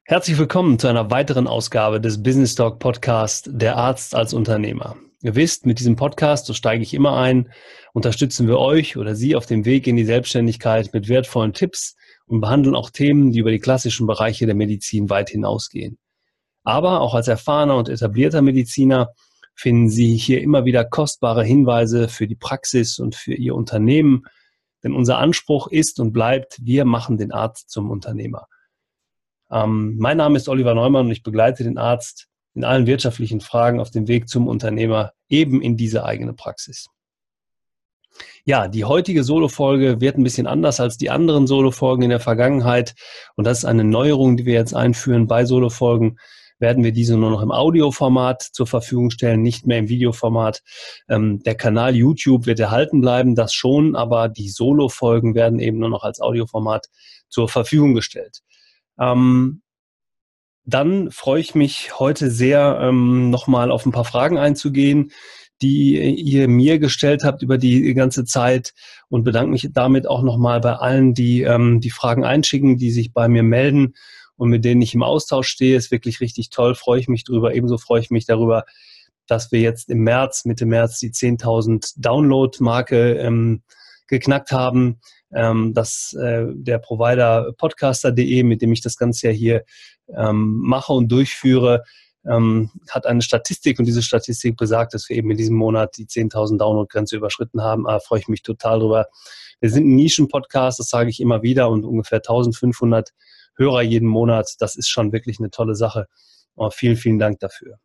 Herzlich willkommen zu einer weiteren Ausgabe des Business Talk Podcast Der Arzt als Unternehmer. Ihr wisst, mit diesem Podcast, so steige ich immer ein, unterstützen wir euch oder Sie auf dem Weg in die Selbstständigkeit mit wertvollen Tipps und behandeln auch Themen, die über die klassischen Bereiche der Medizin weit hinausgehen. Aber auch als erfahrener und etablierter Mediziner finden Sie hier immer wieder kostbare Hinweise für die Praxis und für Ihr Unternehmen. Denn unser Anspruch ist und bleibt, wir machen den Arzt zum Unternehmer. Mein Name ist Oliver Neumann und ich begleite den Arzt in allen wirtschaftlichen Fragen auf dem Weg zum Unternehmer, eben in diese eigene Praxis. Ja, die heutige Solo-Folge wird ein bisschen anders als die anderen Solo-Folgen in der Vergangenheit. Und das ist eine Neuerung, die wir jetzt einführen. Bei Solo-Folgen werden wir diese nur noch im Audioformat zur Verfügung stellen, nicht mehr im Videoformat. Der Kanal YouTube wird erhalten bleiben, das schon, aber die Solo-Folgen werden eben nur noch als Audioformat zur Verfügung gestellt. Dann freue ich mich heute sehr, nochmal auf ein paar Fragen einzugehen, die ihr mir gestellt habt über die ganze Zeit, und bedanke mich damit auch nochmal bei allen, die die Fragen einschicken, die sich bei mir melden und mit denen ich im Austausch stehe. Ist wirklich richtig toll, freue ich mich drüber. Ebenso freue ich mich darüber, dass wir jetzt im März, Mitte März, die 10.000 Download-Marke geknackt haben. Dass der Provider podcaster.de, mit dem ich das Ganze ja hier mache und durchführe, hat eine Statistik, und diese Statistik besagt, dass wir eben in diesem Monat die 10.000 Download-Grenze überschritten haben. Da freue ich mich total drüber. Wir sind ein Nischen-Podcast, das sage ich immer wieder, und ungefähr 1.500 Hörer jeden Monat. Das ist schon wirklich eine tolle Sache. Vielen, vielen Dank dafür.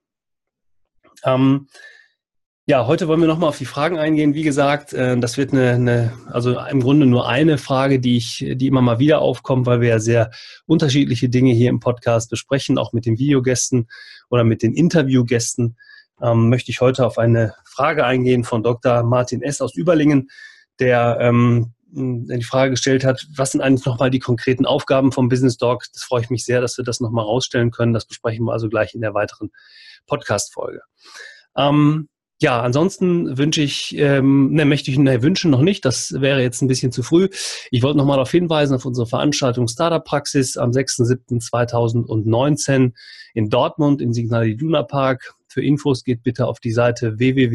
Ja, heute wollen wir nochmal auf die Fragen eingehen. Wie gesagt, das wird also im Grunde nur eine Frage, die immer mal wieder aufkommt, weil wir ja sehr unterschiedliche Dinge hier im Podcast besprechen, auch mit den Videogästen oder mit den Interviewgästen. Möchte ich heute auf eine Frage eingehen von Dr. Martin S. aus Überlingen, der die Frage gestellt hat: Was sind eigentlich nochmal die konkreten Aufgaben vom Business Talk? Das freue ich mich sehr, dass wir das nochmal rausstellen können. Das besprechen wir also gleich in der weiteren Podcast-Folge. Ja, ansonsten möchte ich wünschen noch nicht, das wäre jetzt ein bisschen zu früh. Ich wollte nochmal darauf hinweisen, auf unsere Veranstaltung Startup-Praxis am 6.7.2019 in Dortmund im Signal Iduna Park. Für Infos geht bitte auf die Seite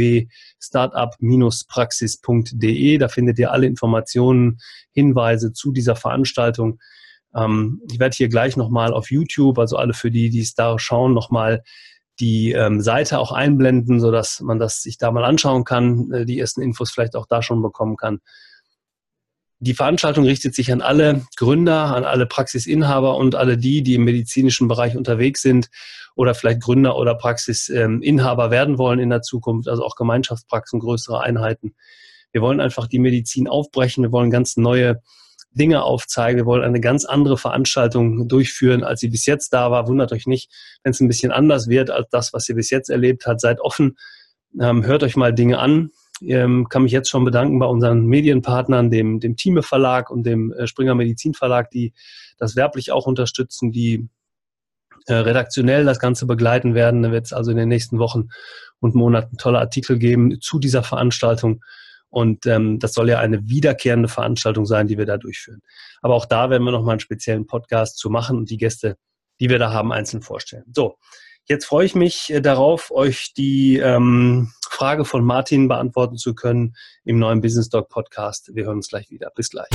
www.startup-praxis.de. Da findet ihr alle Informationen, Hinweise zu dieser Veranstaltung. Ich werde hier gleich nochmal auf YouTube, also alle für die es da schauen, nochmal die Seite auch einblenden, sodass man das sich da mal anschauen kann, die ersten Infos vielleicht auch da schon bekommen kann. Die Veranstaltung richtet sich an alle Gründer, an alle Praxisinhaber und alle die im medizinischen Bereich unterwegs sind oder vielleicht Gründer oder Praxisinhaber werden wollen in der Zukunft, also auch Gemeinschaftspraxen, größere Einheiten. Wir wollen einfach die Medizin aufbrechen, wir wollen ganz neue Dinge aufzeigen. Wir wollen eine ganz andere Veranstaltung durchführen, als sie bis jetzt da war. Wundert euch nicht, wenn es ein bisschen anders wird als das, was ihr bis jetzt erlebt habt. Seid offen, hört euch mal Dinge an. Kann mich jetzt schon bedanken bei unseren Medienpartnern, dem Thieme Verlag und dem Springer Medizin Verlag, die das werblich auch unterstützen, die redaktionell das Ganze begleiten werden. Da wird es also in den nächsten Wochen und Monaten tolle Artikel geben zu dieser Veranstaltung. Und das soll ja eine wiederkehrende Veranstaltung sein, die wir da durchführen. Aber auch da werden wir nochmal einen speziellen Podcast zu machen und die Gäste, die wir da haben, einzeln vorstellen. So, jetzt freue ich mich darauf, euch die Frage von Martin beantworten zu können im neuen Business Talk Podcast. Wir hören uns gleich wieder. Bis gleich.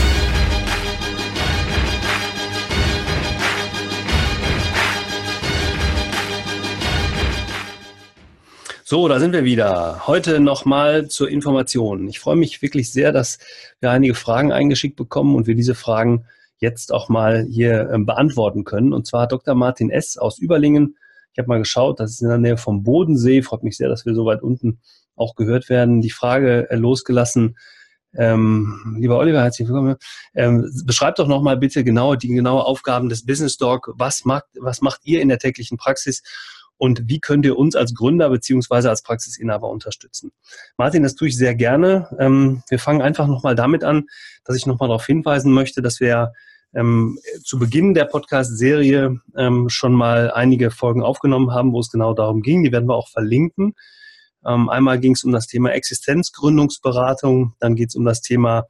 So, da sind wir wieder. Heute nochmal zur Information. Ich freue mich wirklich sehr, dass wir einige Fragen eingeschickt bekommen und wir diese Fragen jetzt auch mal hier beantworten können. Und zwar Dr. Martin S. aus Überlingen. Ich habe mal geschaut, das ist in der Nähe vom Bodensee. Freut mich sehr, dass wir so weit unten auch gehört werden. Die Frage losgelassen. Lieber Oliver, herzlich willkommen. Beschreibt doch nochmal bitte die genaue Aufgaben des Business Talk. Was macht ihr in der täglichen Praxis? Und wie könnt ihr uns als Gründer bzw. als Praxisinhaber unterstützen? Martin, das tue ich sehr gerne. Wir fangen einfach nochmal damit an, dass ich nochmal darauf hinweisen möchte, dass wir zu Beginn der Podcast-Serie schon mal einige Folgen aufgenommen haben, wo es genau darum ging. Die werden wir auch verlinken. Einmal ging es um das Thema Existenzgründungsberatung, dann geht es um das Thema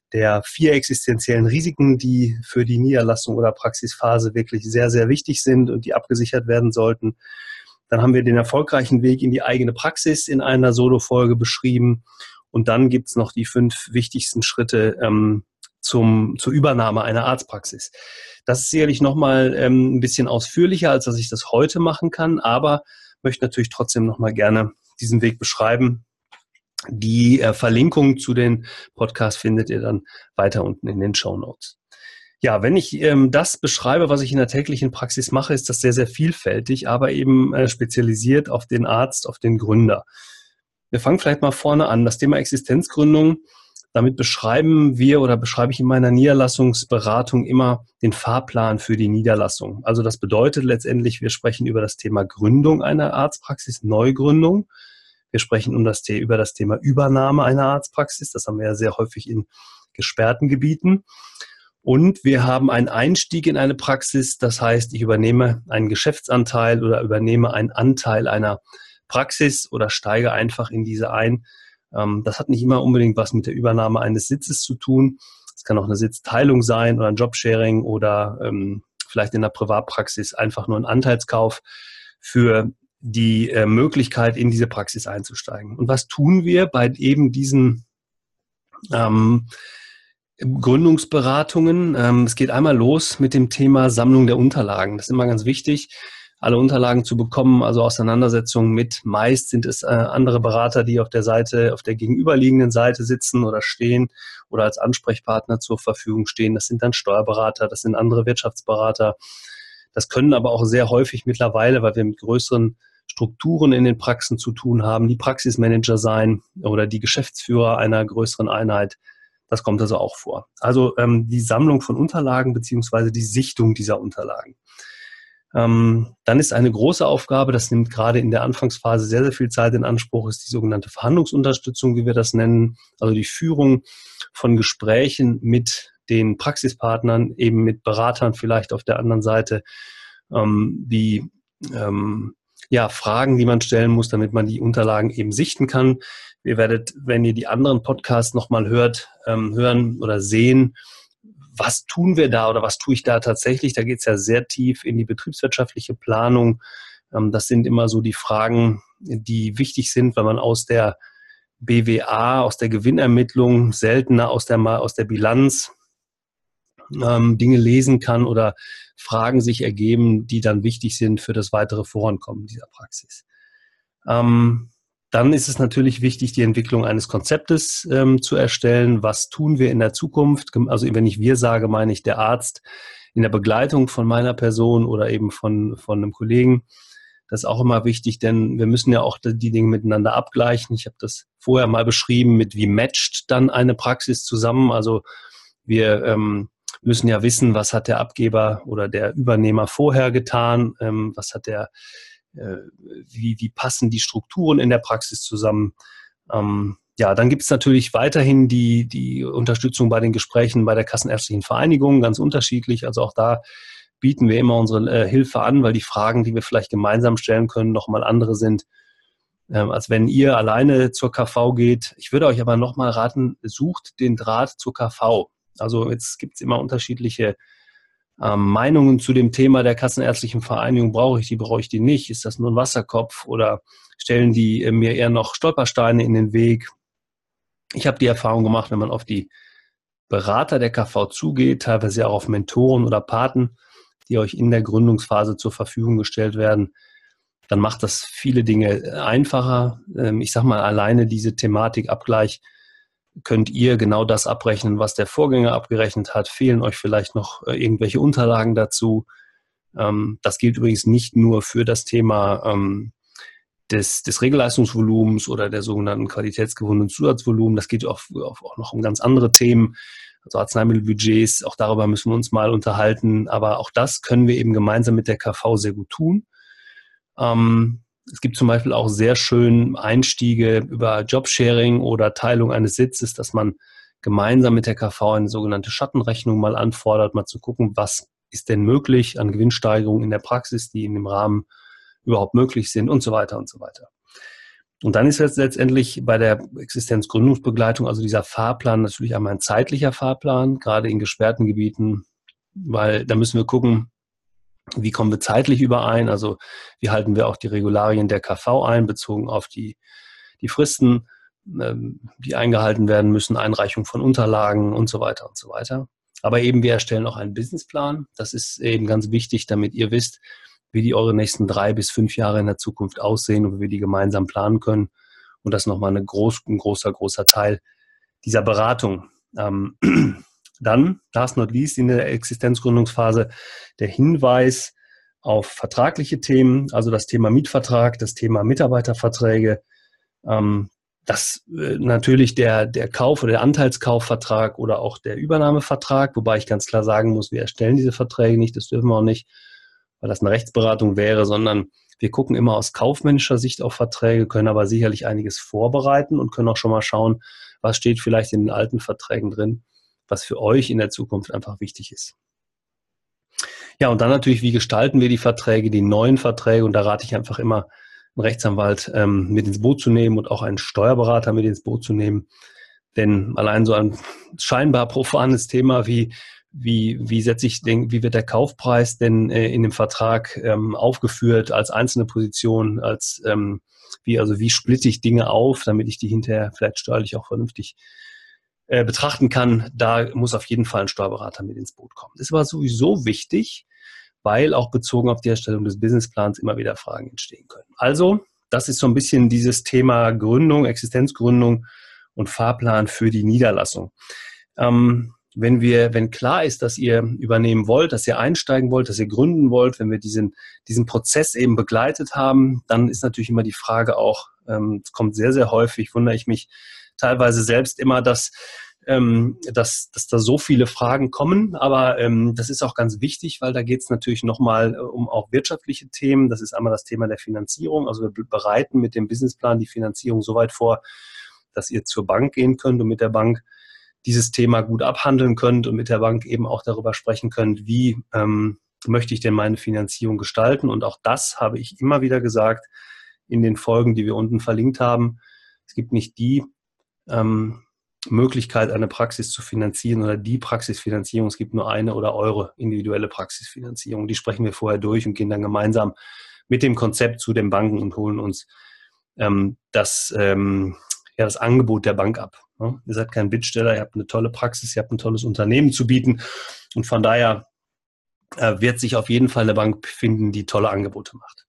der 4 existenziellen Risiken, die für die Niederlassung oder Praxisphase wirklich sehr, sehr wichtig sind und die abgesichert werden sollten. Dann haben wir den erfolgreichen Weg in die eigene Praxis in einer Solo-Folge beschrieben. Und dann gibt's noch die 5 wichtigsten Schritte zur Übernahme einer Arztpraxis. Das ist sicherlich nochmal ein bisschen ausführlicher, als dass ich das heute machen kann, aber möchte natürlich trotzdem nochmal gerne diesen Weg beschreiben. Die Verlinkung zu den Podcasts findet ihr dann weiter unten in den Shownotes. Ja, wenn ich das beschreibe, was ich in der täglichen Praxis mache, ist das sehr, sehr vielfältig, aber eben spezialisiert auf den Arzt, auf den Gründer. Wir fangen vielleicht mal vorne an. Das Thema Existenzgründung, damit beschreibe ich in meiner Niederlassungsberatung immer den Fahrplan für die Niederlassung. Also das bedeutet letztendlich, wir sprechen über das Thema Gründung einer Arztpraxis, Neugründung. Wir sprechen über das Thema Übernahme einer Arztpraxis. Das haben wir ja sehr häufig in gesperrten Gebieten. Und wir haben einen Einstieg in eine Praxis. Das heißt, ich übernehme einen Geschäftsanteil oder übernehme einen Anteil einer Praxis oder steige einfach in diese ein. Das hat nicht immer unbedingt was mit der Übernahme eines Sitzes zu tun. Es kann auch eine Sitzteilung sein oder ein Jobsharing oder vielleicht in der Privatpraxis einfach nur ein Anteilskauf für die Möglichkeit, in diese Praxis einzusteigen. Und was tun wir bei eben diesen Gründungsberatungen? Es geht einmal los mit dem Thema Sammlung der Unterlagen. Das ist immer ganz wichtig, alle Unterlagen zu bekommen, also Auseinandersetzungen mit. Meist sind es andere Berater, die auf der gegenüberliegenden Seite sitzen oder stehen oder als Ansprechpartner zur Verfügung stehen. Das sind dann Steuerberater, das sind andere Wirtschaftsberater. Das können aber auch sehr häufig mittlerweile, weil wir mit größeren Strukturen in den Praxen zu tun haben, die Praxismanager sein oder die Geschäftsführer einer größeren Einheit. Das kommt also auch vor. Also die Sammlung von Unterlagen beziehungsweise die Sichtung dieser Unterlagen. Dann ist eine große Aufgabe, das nimmt gerade in der Anfangsphase sehr, sehr viel Zeit in Anspruch, ist die sogenannte Verhandlungsunterstützung, wie wir das nennen. Also die Führung von Gesprächen mit den Praxispartnern, eben mit Beratern vielleicht auf der anderen Seite, Fragen, die man stellen muss, damit man die Unterlagen eben sichten kann. Ihr werdet, wenn ihr die anderen Podcasts nochmal hören oder sehen, was tun wir da oder was tue ich da tatsächlich? Da geht es ja sehr tief in die betriebswirtschaftliche Planung. Das sind immer so die Fragen, die wichtig sind, wenn man aus der BWA, aus der Gewinnermittlung, seltener aus der Bilanz Dinge lesen kann oder Fragen sich ergeben, die dann wichtig sind für das weitere Vorankommen dieser Praxis. Dann ist es natürlich wichtig, die Entwicklung eines Konzeptes zu erstellen. Was tun wir in der Zukunft? Also wenn ich wir sage, meine ich der Arzt in der Begleitung von meiner Person oder eben von einem Kollegen. Das ist auch immer wichtig, denn wir müssen ja auch die Dinge miteinander abgleichen. Ich habe das vorher mal beschrieben mit wie matcht dann eine Praxis zusammen. Also wir müssen ja wissen, was hat der Abgeber oder der Übernehmer vorher getan, wie passen die Strukturen in der Praxis zusammen. Dann gibt es natürlich weiterhin die Unterstützung bei den Gesprächen bei der Kassenärztlichen Vereinigung, ganz unterschiedlich. Also auch da bieten wir immer unsere Hilfe an, weil die Fragen, die wir vielleicht gemeinsam stellen können, nochmal andere sind, als wenn ihr alleine zur KV geht. Ich würde euch aber nochmal raten, sucht den Draht zur KV. Also jetzt gibt es immer unterschiedliche Meinungen zu dem Thema der Kassenärztlichen Vereinigung. Brauche ich die nicht? Ist das nur ein Wasserkopf oder stellen die mir eher noch Stolpersteine in den Weg? Ich habe die Erfahrung gemacht, wenn man auf die Berater der KV zugeht, teilweise auch auf Mentoren oder Paten, die euch in der Gründungsphase zur Verfügung gestellt werden, dann macht das viele Dinge einfacher. Ich sage mal, alleine diese Thematik Abgleich könnt ihr genau das abrechnen, was der Vorgänger abgerechnet hat. Fehlen euch vielleicht noch irgendwelche Unterlagen dazu? Das gilt übrigens nicht nur für das Thema des Regelleistungsvolumens oder der sogenannten qualitätsgewonnenen Zusatzvolumen. Das geht auch noch um ganz andere Themen, also Arzneimittelbudgets. Auch darüber müssen wir uns mal unterhalten. Aber auch das können wir eben gemeinsam mit der KV sehr gut tun. Es gibt zum Beispiel auch sehr schön Einstiege über Jobsharing oder Teilung eines Sitzes, dass man gemeinsam mit der KV eine sogenannte Schattenrechnung mal anfordert, mal zu gucken, was ist denn möglich an Gewinnsteigerungen in der Praxis, die in dem Rahmen überhaupt möglich sind und so weiter und so weiter. Und dann ist jetzt letztendlich bei der Existenzgründungsbegleitung, also dieser Fahrplan, natürlich einmal ein zeitlicher Fahrplan, gerade in gesperrten Gebieten, weil da müssen wir gucken, wie kommen wir zeitlich überein, also wie halten wir auch die Regularien der KV ein, bezogen auf die Fristen, die eingehalten werden müssen, Einreichung von Unterlagen und so weiter und so weiter. Aber eben wir erstellen auch einen Businessplan. Das ist eben ganz wichtig, damit ihr wisst, wie die eure nächsten 3 bis 5 Jahre in der Zukunft aussehen und wie wir die gemeinsam planen können. Und das ist nochmal ein großer Teil dieser Beratung. Dann, last not least, in der Existenzgründungsphase der Hinweis auf vertragliche Themen, also das Thema Mietvertrag, das Thema Mitarbeiterverträge, das natürlich der Kauf- oder der Anteilskaufvertrag oder auch der Übernahmevertrag, wobei ich ganz klar sagen muss, wir erstellen diese Verträge nicht, das dürfen wir auch nicht, weil das eine Rechtsberatung wäre, sondern wir gucken immer aus kaufmännischer Sicht auf Verträge, können aber sicherlich einiges vorbereiten und können auch schon mal schauen, was steht vielleicht in den alten Verträgen drin, was für euch in der Zukunft einfach wichtig ist. Ja, und dann natürlich, wie gestalten wir die Verträge, die neuen Verträge? Und da rate ich einfach immer, einen Rechtsanwalt mit ins Boot zu nehmen und auch einen Steuerberater mit ins Boot zu nehmen. Denn allein so ein scheinbar profanes Thema wie wie wird der Kaufpreis denn in dem Vertrag aufgeführt als einzelne Position, wie splitte ich Dinge auf, damit ich die hinterher vielleicht steuerlich auch vernünftig betrachten kann. Da muss auf jeden Fall ein Steuerberater mit ins Boot kommen. Das ist aber sowieso wichtig, weil auch bezogen auf die Erstellung des Businessplans immer wieder Fragen entstehen können. Also, das ist so ein bisschen dieses Thema Gründung, Existenzgründung und Fahrplan für die Niederlassung. Wenn klar ist, dass ihr übernehmen wollt, dass ihr einsteigen wollt, dass ihr gründen wollt, wenn wir diesen Prozess eben begleitet haben, dann ist natürlich immer die Frage auch, es kommt sehr, sehr häufig, wundere ich mich teilweise selbst immer, dass da so viele Fragen kommen, aber das ist auch ganz wichtig, weil da geht es natürlich nochmal um auch wirtschaftliche Themen. Das ist einmal das Thema der Finanzierung. Also wir bereiten mit dem Businessplan die Finanzierung so weit vor, dass ihr zur Bank gehen könnt und mit der Bank dieses Thema gut abhandeln könnt und mit der Bank eben auch darüber sprechen könnt, wie möchte ich denn meine Finanzierung gestalten. Und auch das habe ich immer wieder gesagt in den Folgen, die wir unten verlinkt haben. Es gibt nicht die Möglichkeit, eine Praxis zu finanzieren oder die Praxisfinanzierung. Es gibt nur eine oder eure individuelle Praxisfinanzierung. Die sprechen wir vorher durch und gehen dann gemeinsam mit dem Konzept zu den Banken und holen uns das Angebot der Bank ab. Ne? Ihr seid kein Bittsteller, ihr habt eine tolle Praxis, ihr habt ein tolles Unternehmen zu bieten und von daher wird sich auf jeden Fall eine Bank finden, die tolle Angebote macht.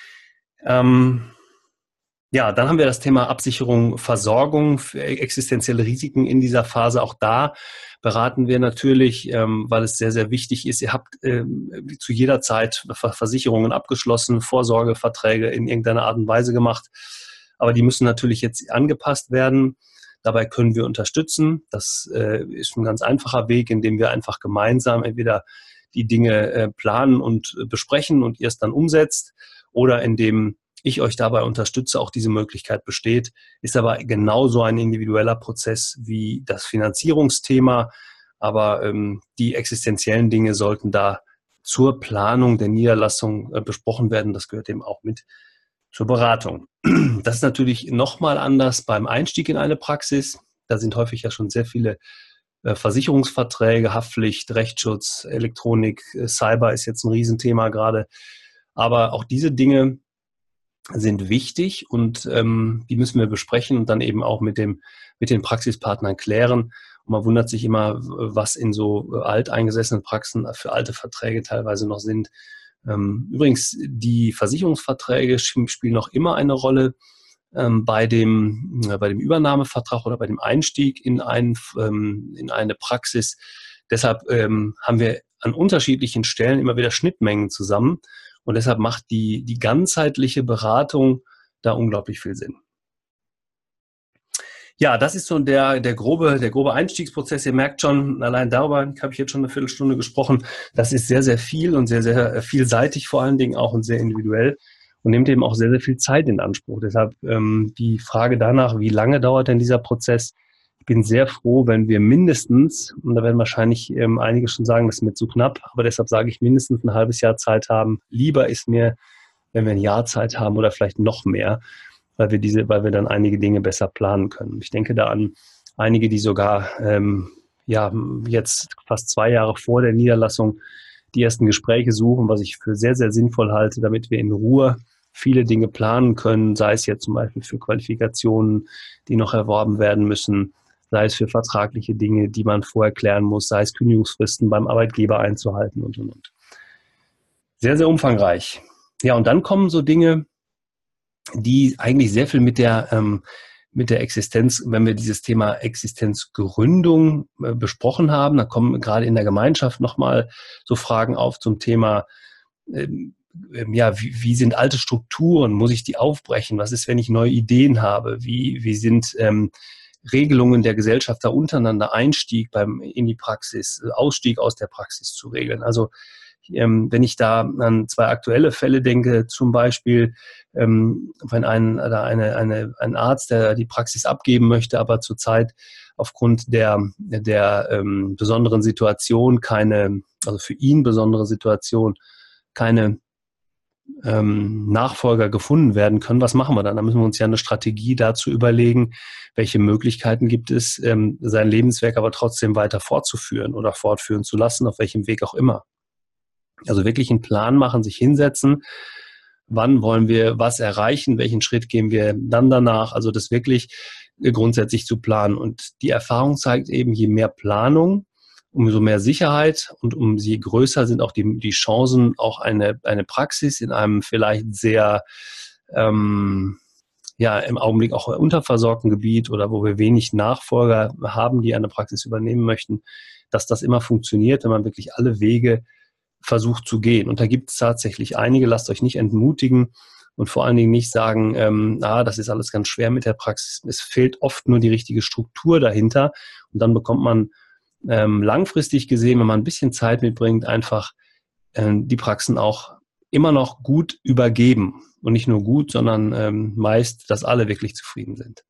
Ja, dann haben wir das Thema Absicherung, Versorgung für existenzielle Risiken in dieser Phase. Auch da beraten wir natürlich, weil es sehr, sehr wichtig ist. Ihr habt zu jeder Zeit Versicherungen abgeschlossen, Vorsorgeverträge in irgendeiner Art und Weise gemacht. Aber die müssen natürlich jetzt angepasst werden. Dabei können wir unterstützen. Das ist ein ganz einfacher Weg, indem wir einfach gemeinsam entweder die Dinge planen und besprechen und ihr es dann umsetzt oder indem ich euch dabei unterstütze, auch diese Möglichkeit besteht, ist aber genauso ein individueller Prozess wie das Finanzierungsthema. Aber die existenziellen Dinge sollten da zur Planung der Niederlassung besprochen werden. Das gehört eben auch mit zur Beratung. Das ist natürlich nochmal anders beim Einstieg in eine Praxis. Da sind häufig ja schon sehr viele Versicherungsverträge, Haftpflicht, Rechtsschutz, Elektronik, Cyber ist jetzt ein Riesenthema gerade. Aber auch diese Dinge sind wichtig und die müssen wir besprechen und dann eben auch mit den Praxispartnern klären. Und man wundert sich immer, was in so alteingesessenen Praxen für alte Verträge teilweise noch sind. Übrigens, die Versicherungsverträge spielen noch immer eine Rolle bei dem Übernahmevertrag oder bei dem Einstieg in eine Praxis. Deshalb haben wir an unterschiedlichen Stellen immer wieder Schnittmengen zusammen. Und deshalb macht die ganzheitliche Beratung da unglaublich viel Sinn. Ja, das ist so der grobe Einstiegsprozess. Ihr merkt schon, allein darüber habe ich jetzt schon eine Viertelstunde gesprochen. Das ist sehr, sehr viel und sehr, sehr vielseitig vor allen Dingen auch und sehr individuell und nimmt eben auch sehr, sehr viel Zeit in Anspruch. Deshalb die Frage danach, wie lange dauert denn dieser Prozess? Ich bin sehr froh, wenn wir mindestens, und da werden wahrscheinlich einige schon sagen, das ist mir zu knapp, aber deshalb sage ich mindestens ein halbes Jahr Zeit haben. Lieber ist mir, wenn wir ein Jahr Zeit haben oder vielleicht noch mehr, weil wir dann einige Dinge besser planen können. Ich denke da an einige, die sogar jetzt fast 2 Jahre vor der Niederlassung die ersten Gespräche suchen, was ich für sehr, sehr sinnvoll halte, damit wir in Ruhe viele Dinge planen können, sei es jetzt zum Beispiel für Qualifikationen, die noch erworben werden müssen, sei es für vertragliche Dinge, die man vorher klären muss, sei es Kündigungsfristen beim Arbeitgeber einzuhalten und. Sehr, sehr umfangreich. Ja, und dann kommen so Dinge, die eigentlich sehr viel mit der Existenz, wenn wir dieses Thema Existenzgründung besprochen haben, da kommen gerade in der Gemeinschaft nochmal so Fragen auf zum Thema, wie sind alte Strukturen? Muss ich die aufbrechen? Was ist, wenn ich neue Ideen habe? Wie sind Regelungen der Gesellschaft da untereinander, Einstieg in die Praxis, Ausstieg aus der Praxis zu regeln? Also wenn ich da an 2 aktuelle Fälle denke, zum Beispiel, wenn ein Arzt, der die Praxis abgeben möchte, aber zurzeit aufgrund der besonderen Situation also für ihn besondere Situation, keine Nachfolger gefunden werden können, was machen wir dann? Da müssen wir uns ja eine Strategie dazu überlegen, welche Möglichkeiten gibt es, sein Lebenswerk aber trotzdem weiter fortzuführen oder fortführen zu lassen, auf welchem Weg auch immer. Also wirklich einen Plan machen, sich hinsetzen, wann wollen wir was erreichen, welchen Schritt gehen wir dann danach, also das wirklich grundsätzlich zu planen. Und die Erfahrung zeigt eben, je mehr Planung, umso mehr Sicherheit und umso größer sind auch die Chancen, auch eine Praxis in einem vielleicht sehr, im Augenblick auch unterversorgten Gebiet oder wo wir wenig Nachfolger haben, die eine Praxis übernehmen möchten, dass das immer funktioniert, wenn man wirklich alle Wege versucht zu gehen. Und da gibt es tatsächlich einige, lasst euch nicht entmutigen und vor allen Dingen nicht sagen, das ist alles ganz schwer mit der Praxis. Es fehlt oft nur die richtige Struktur dahinter und dann bekommt man langfristig gesehen, wenn man ein bisschen Zeit mitbringt, einfach die Praxen auch immer noch gut übergeben. Und nicht nur gut, sondern meist, dass alle wirklich zufrieden sind.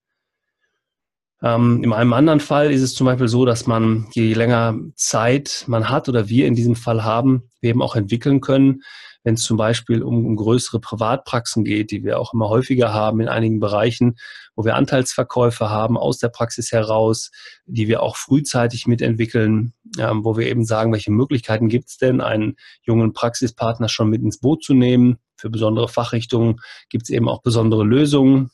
In einem anderen Fall ist es zum Beispiel so, dass man, je länger Zeit man hat oder wir in diesem Fall haben, wir eben auch entwickeln können, wenn es zum Beispiel um größere Privatpraxen geht, die wir auch immer häufiger haben in einigen Bereichen, wo wir Anteilsverkäufe haben aus der Praxis heraus, die wir auch frühzeitig mitentwickeln, wo wir eben sagen, welche Möglichkeiten gibt es denn, einen jungen Praxispartner schon mit ins Boot zu nehmen. Für besondere Fachrichtungen gibt es eben auch besondere Lösungen.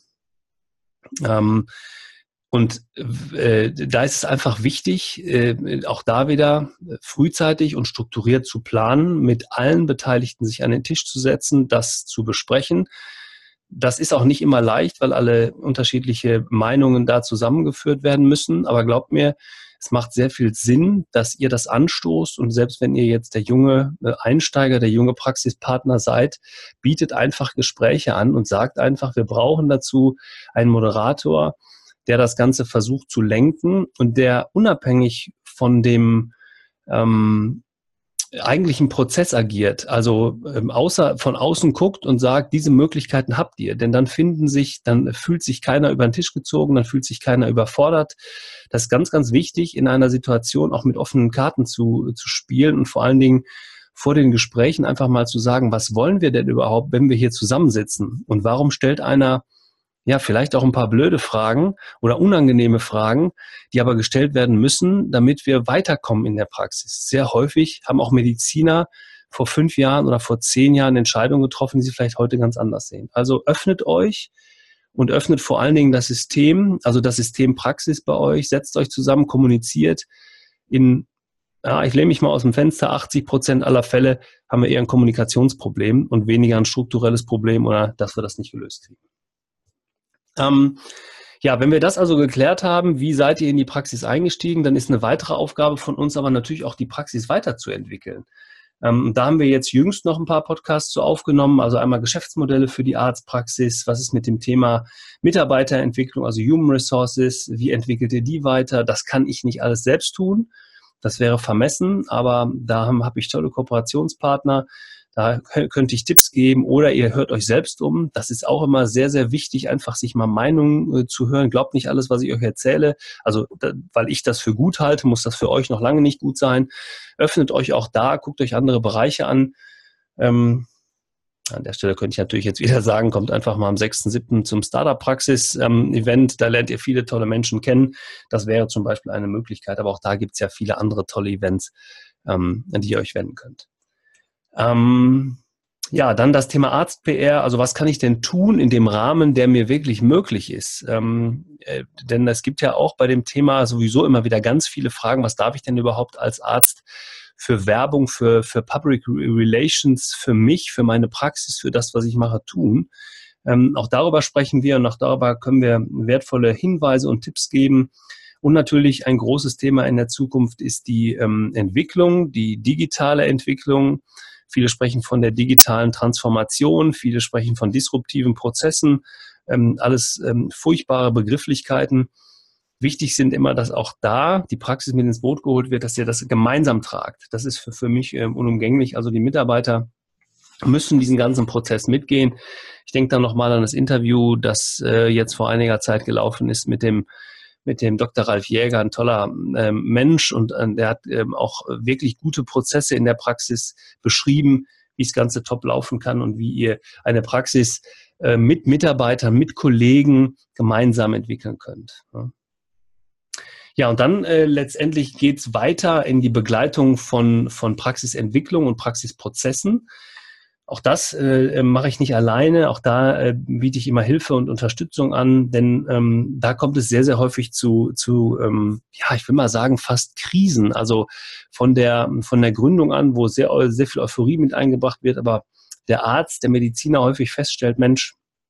Und da ist es einfach wichtig, auch da wieder frühzeitig und strukturiert zu planen, mit allen Beteiligten sich an den Tisch zu setzen, das zu besprechen. Das ist auch nicht immer leicht, weil alle unterschiedliche Meinungen da zusammengeführt werden müssen. Aber glaubt mir, es macht sehr viel Sinn, dass ihr das anstoßt. Und selbst wenn ihr jetzt der junge Einsteiger, der junge Praxispartner seid, bietet einfach Gespräche an und sagt einfach, wir brauchen dazu einen Moderator, der das Ganze versucht zu lenken und der unabhängig von dem eigentlichen Prozess agiert, also von außen guckt und sagt, diese Möglichkeiten habt ihr, denn dann fühlt sich keiner über den Tisch gezogen, dann fühlt sich keiner überfordert. Das ist ganz, ganz wichtig, in einer Situation auch mit offenen Karten zu spielen und vor allen Dingen vor den Gesprächen einfach mal zu sagen, was wollen wir denn überhaupt, wenn wir hier zusammensitzen und warum stellt einer vielleicht auch ein paar blöde Fragen oder unangenehme Fragen, die aber gestellt werden müssen, damit wir weiterkommen in der Praxis. Sehr häufig haben auch Mediziner vor 5 Jahren oder vor 10 Jahren Entscheidungen getroffen, die sie vielleicht heute ganz anders sehen. Also öffnet euch und öffnet vor allen Dingen das System, also das System Praxis bei euch, setzt euch zusammen, kommuniziert. Ich lehne mich mal aus dem Fenster, 80% aller Fälle haben wir eher ein Kommunikationsproblem und weniger ein strukturelles Problem oder dass wir das nicht gelöst kriegen. Wenn wir das also geklärt haben, wie seid ihr in die Praxis eingestiegen, dann ist eine weitere Aufgabe von uns aber natürlich auch die Praxis weiterzuentwickeln. Da haben wir jetzt jüngst noch ein paar Podcasts zu aufgenommen, also einmal Geschäftsmodelle für die Arztpraxis, was ist mit dem Thema Mitarbeiterentwicklung, also Human Resources, wie entwickelt ihr die weiter? Das kann ich nicht alles selbst tun, das wäre vermessen, aber da habe ich tolle Kooperationspartner. Da könnte ich Tipps geben oder ihr hört euch selbst um. Das ist auch immer sehr, sehr wichtig, einfach sich mal Meinungen zu hören. Glaubt nicht alles, was ich euch erzähle. Also, weil ich das für gut halte, muss das für euch noch lange nicht gut sein. Öffnet euch auch da, guckt euch andere Bereiche an. An der Stelle könnte ich natürlich jetzt wieder sagen, kommt einfach mal am 6.7. zum Startup-Praxis-Event. Da lernt ihr viele tolle Menschen kennen. Das wäre zum Beispiel eine Möglichkeit. Aber auch da gibt es ja viele andere tolle Events, an die ihr euch wenden könnt. Ja, dann das Thema Arzt-PR. Also was kann ich denn tun in dem Rahmen, der mir wirklich möglich ist? Denn es gibt ja auch bei dem Thema sowieso immer wieder ganz viele Fragen. Was darf ich denn überhaupt als Arzt für Werbung, für Public Relations, für mich, für meine Praxis, für das, was ich mache, tun? Auch darüber sprechen wir und auch darüber können wir wertvolle Hinweise und Tipps geben. Und natürlich ein großes Thema in der Zukunft ist die Entwicklung, die digitale Entwicklung. Viele sprechen von der digitalen Transformation, viele sprechen von disruptiven Prozessen, alles furchtbare Begrifflichkeiten. Wichtig sind immer, dass auch da die Praxis mit ins Boot geholt wird, dass ihr das gemeinsam tragt. Das ist für mich unumgänglich. Also die Mitarbeiter müssen diesen ganzen Prozess mitgehen. Ich denke dann nochmal an das Interview, das jetzt vor einiger Zeit gelaufen ist mit dem Dr. Ralf Jäger, ein toller Mensch, und der hat auch wirklich gute Prozesse in der Praxis beschrieben, wie das Ganze top laufen kann und wie ihr eine Praxis mit Mitarbeitern, mit Kollegen gemeinsam entwickeln könnt. Ja, und dann letztendlich geht's weiter in die Begleitung von Praxisentwicklung und Praxisprozessen. Auch das mache ich nicht alleine. Auch da biete ich immer Hilfe und Unterstützung an, denn da kommt es sehr, sehr häufig zu ja, ich will mal sagen, fast Krisen. Also von der Gründung an, wo sehr, sehr viel Euphorie mit eingebracht wird, aber der Arzt, der Mediziner häufig feststellt, Mensch,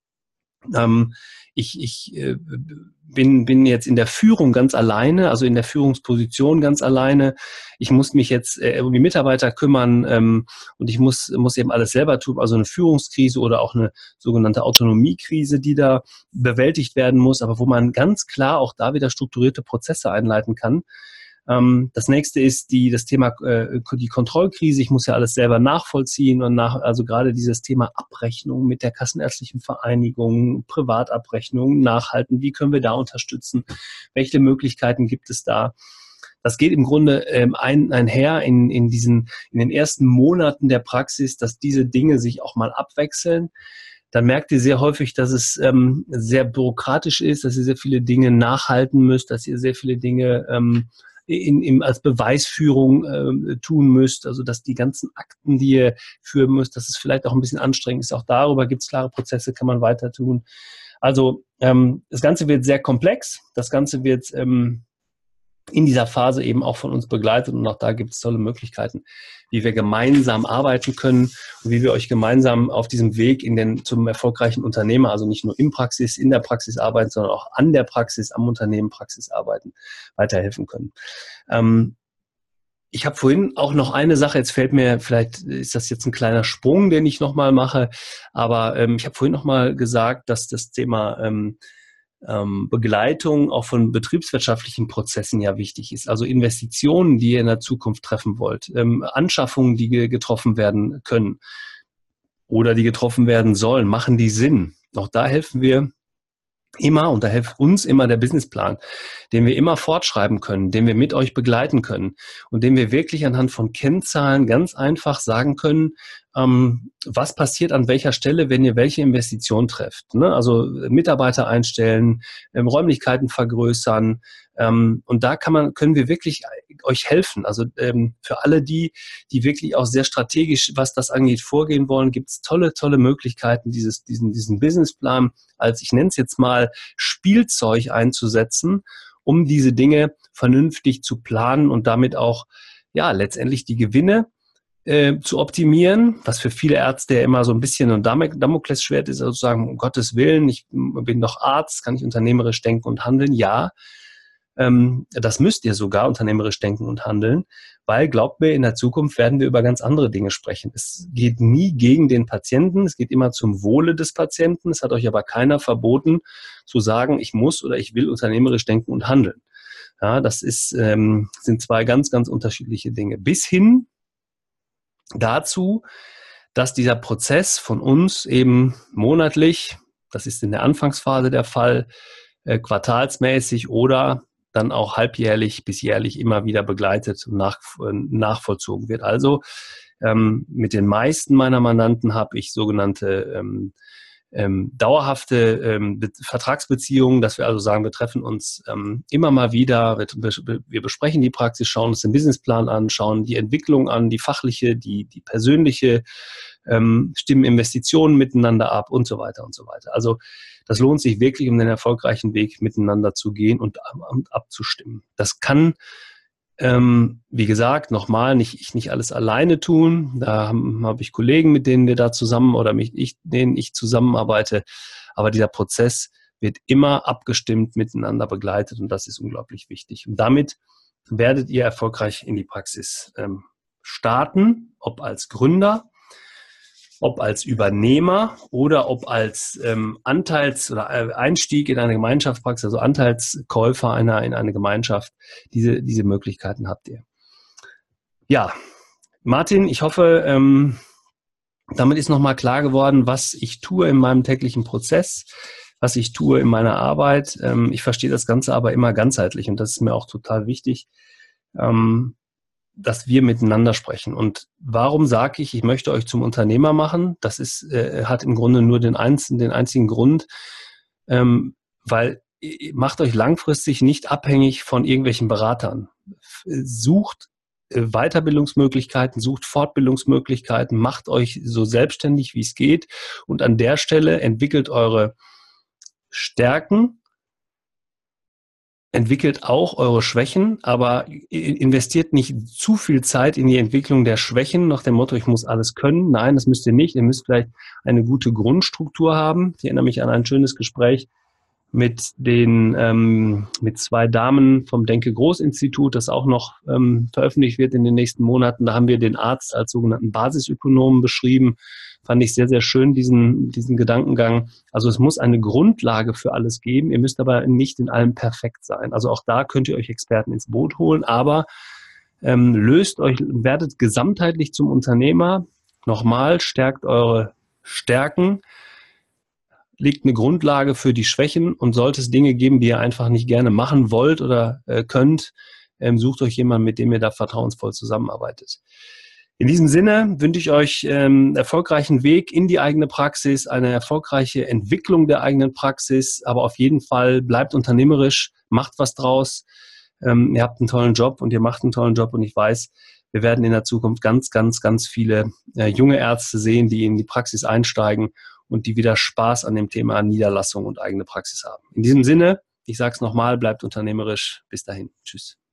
ich bin jetzt in der Führung ganz alleine, also in der Führungsposition ganz alleine. Ich muss mich jetzt um die Mitarbeiter kümmern und ich muss eben alles selber tun. Also eine Führungskrise oder auch eine sogenannte Autonomiekrise, die da bewältigt werden muss, aber wo man ganz klar auch da wieder strukturierte Prozesse einleiten kann. Das nächste ist das Thema die Kontrollkrise. Ich muss ja alles selber nachvollziehen und also gerade dieses Thema Abrechnung mit der Kassenärztlichen Vereinigung, Privatabrechnung, nachhalten. Wie können wir da unterstützen? Welche Möglichkeiten gibt es da? Das geht im Grunde einher in den ersten Monaten der Praxis, dass diese Dinge sich auch mal abwechseln. Dann merkt ihr sehr häufig, dass es sehr bürokratisch ist, dass ihr sehr viele Dinge nachhalten müsst, dass ihr sehr viele Dinge als Beweisführung tun müsst, also dass die ganzen Akten, die ihr führen müsst, dass es vielleicht auch ein bisschen anstrengend ist. Auch darüber gibt es klare Prozesse, kann man weiter tun. Also das Ganze wird sehr komplex, das Ganze wird in dieser Phase eben auch von uns begleitet und auch da gibt es tolle Möglichkeiten, wie wir gemeinsam arbeiten können und wie wir euch gemeinsam auf diesem Weg zum erfolgreichen Unternehmer, also nicht nur in der Praxis arbeiten, sondern auch an der Praxis, am Unternehmen Praxis arbeiten, weiterhelfen können. Ich habe vorhin auch noch eine Sache, jetzt fällt mir, vielleicht ist das jetzt ein kleiner Sprung, den ich nochmal mache, aber ich habe vorhin nochmal gesagt, dass das Thema Begleitung auch von betriebswirtschaftlichen Prozessen ja wichtig ist. Also Investitionen, die ihr in der Zukunft treffen wollt, Anschaffungen, die getroffen werden können oder die getroffen werden sollen, machen die Sinn? Auch da helfen wir immer, und da hilft uns immer der Businessplan, den wir immer fortschreiben können, den wir mit euch begleiten können und den wir wirklich anhand von Kennzahlen ganz einfach sagen können, was passiert an welcher Stelle, wenn ihr welche Investition trefft. Ne? Also Mitarbeiter einstellen, Räumlichkeiten vergrößern, und da können wir wirklich euch helfen. Also für alle die wirklich auch sehr strategisch, was das angeht, vorgehen wollen, gibt es tolle, tolle Möglichkeiten, diesen Businessplan als, ich nenne es jetzt mal, Spielzeug einzusetzen, um diese Dinge vernünftig zu planen und damit auch ja letztendlich die Gewinne zu optimieren, was für viele Ärzte ja immer so ein bisschen ein Damoklesschwert ist, also zu sagen, um Gottes Willen, ich bin doch Arzt, kann ich unternehmerisch denken und handeln? Ja, das müsst ihr sogar unternehmerisch denken und handeln, weil, glaubt mir, in der Zukunft werden wir über ganz andere Dinge sprechen. Es geht nie gegen den Patienten, es geht immer zum Wohle des Patienten. Es hat euch aber keiner verboten, zu sagen, ich muss oder ich will unternehmerisch denken und handeln. Ja, das sind zwei ganz, ganz unterschiedliche Dinge. Bis hin dazu, dass dieser Prozess von uns eben monatlich, das ist in der Anfangsphase der Fall, quartalsmäßig oder dann auch halbjährlich bis jährlich immer wieder begleitet und nachvollzogen wird. Also mit den meisten meiner Mandanten habe ich sogenannte dauerhafte Vertragsbeziehungen, dass wir also sagen, wir treffen uns immer mal wieder, wir besprechen die Praxis, schauen uns den Businessplan an, schauen die Entwicklung an, die fachliche, die persönliche, stimmen Investitionen miteinander ab und so weiter und so weiter. Also das lohnt sich wirklich, um den erfolgreichen Weg miteinander zu gehen und abzustimmen. Das kann wie gesagt, nochmal, nicht alles alleine tun. Da habe ich Kollegen, mit denen wir da zusammen oder denen ich zusammenarbeite. Aber dieser Prozess wird immer abgestimmt miteinander begleitet und das ist unglaublich wichtig. Und damit werdet ihr erfolgreich in die Praxis starten, ob als Gründer, ob als Übernehmer oder ob als Anteils- oder Einstieg in eine Gemeinschaftspraxis, also Anteilskäufer in eine Gemeinschaft. Diese Möglichkeiten habt ihr. Ja, Martin, ich hoffe, damit ist nochmal klar geworden, was ich tue in meinem täglichen Prozess, was ich tue in meiner Arbeit. Ich verstehe das Ganze aber immer ganzheitlich und das ist mir auch total wichtig, dass wir miteinander sprechen. Und warum sage ich möchte euch zum Unternehmer machen? Das hat im Grunde nur den einzigen Grund, weil macht euch langfristig nicht abhängig von irgendwelchen Beratern. Sucht Weiterbildungsmöglichkeiten, sucht Fortbildungsmöglichkeiten, macht euch so selbstständig, wie es geht und an der Stelle entwickelt eure Stärken, entwickelt auch eure Schwächen, aber investiert nicht zu viel Zeit in die Entwicklung der Schwächen nach dem Motto, ich muss alles können. Nein, das müsst ihr nicht. Ihr müsst vielleicht eine gute Grundstruktur haben. Ich erinnere mich an ein schönes Gespräch mit zwei Damen vom Denke-Groß-Institut, das auch noch veröffentlicht wird in den nächsten Monaten. Da haben wir den Arzt als sogenannten Basisökonomen beschrieben. Fand ich sehr, sehr schön, diesen Gedankengang. Also es muss eine Grundlage für alles geben. Ihr müsst aber nicht in allem perfekt sein. Also auch da könnt ihr euch Experten ins Boot holen, aber werdet gesamtheitlich zum Unternehmer. Nochmal, stärkt eure Stärken, legt eine Grundlage für die Schwächen und sollte es Dinge geben, die ihr einfach nicht gerne machen wollt oder könnt, sucht euch jemanden, mit dem ihr da vertrauensvoll zusammenarbeitet. In diesem Sinne wünsche ich euch erfolgreichen Weg in die eigene Praxis, eine erfolgreiche Entwicklung der eigenen Praxis, aber auf jeden Fall bleibt unternehmerisch, macht was draus. Ihr habt einen tollen Job und ihr macht einen tollen Job und ich weiß, wir werden in der Zukunft ganz, ganz, ganz viele junge Ärzte sehen, die in die Praxis einsteigen und die wieder Spaß an dem Thema Niederlassung und eigene Praxis haben. In diesem Sinne, ich sage es nochmal, bleibt unternehmerisch. Bis dahin. Tschüss.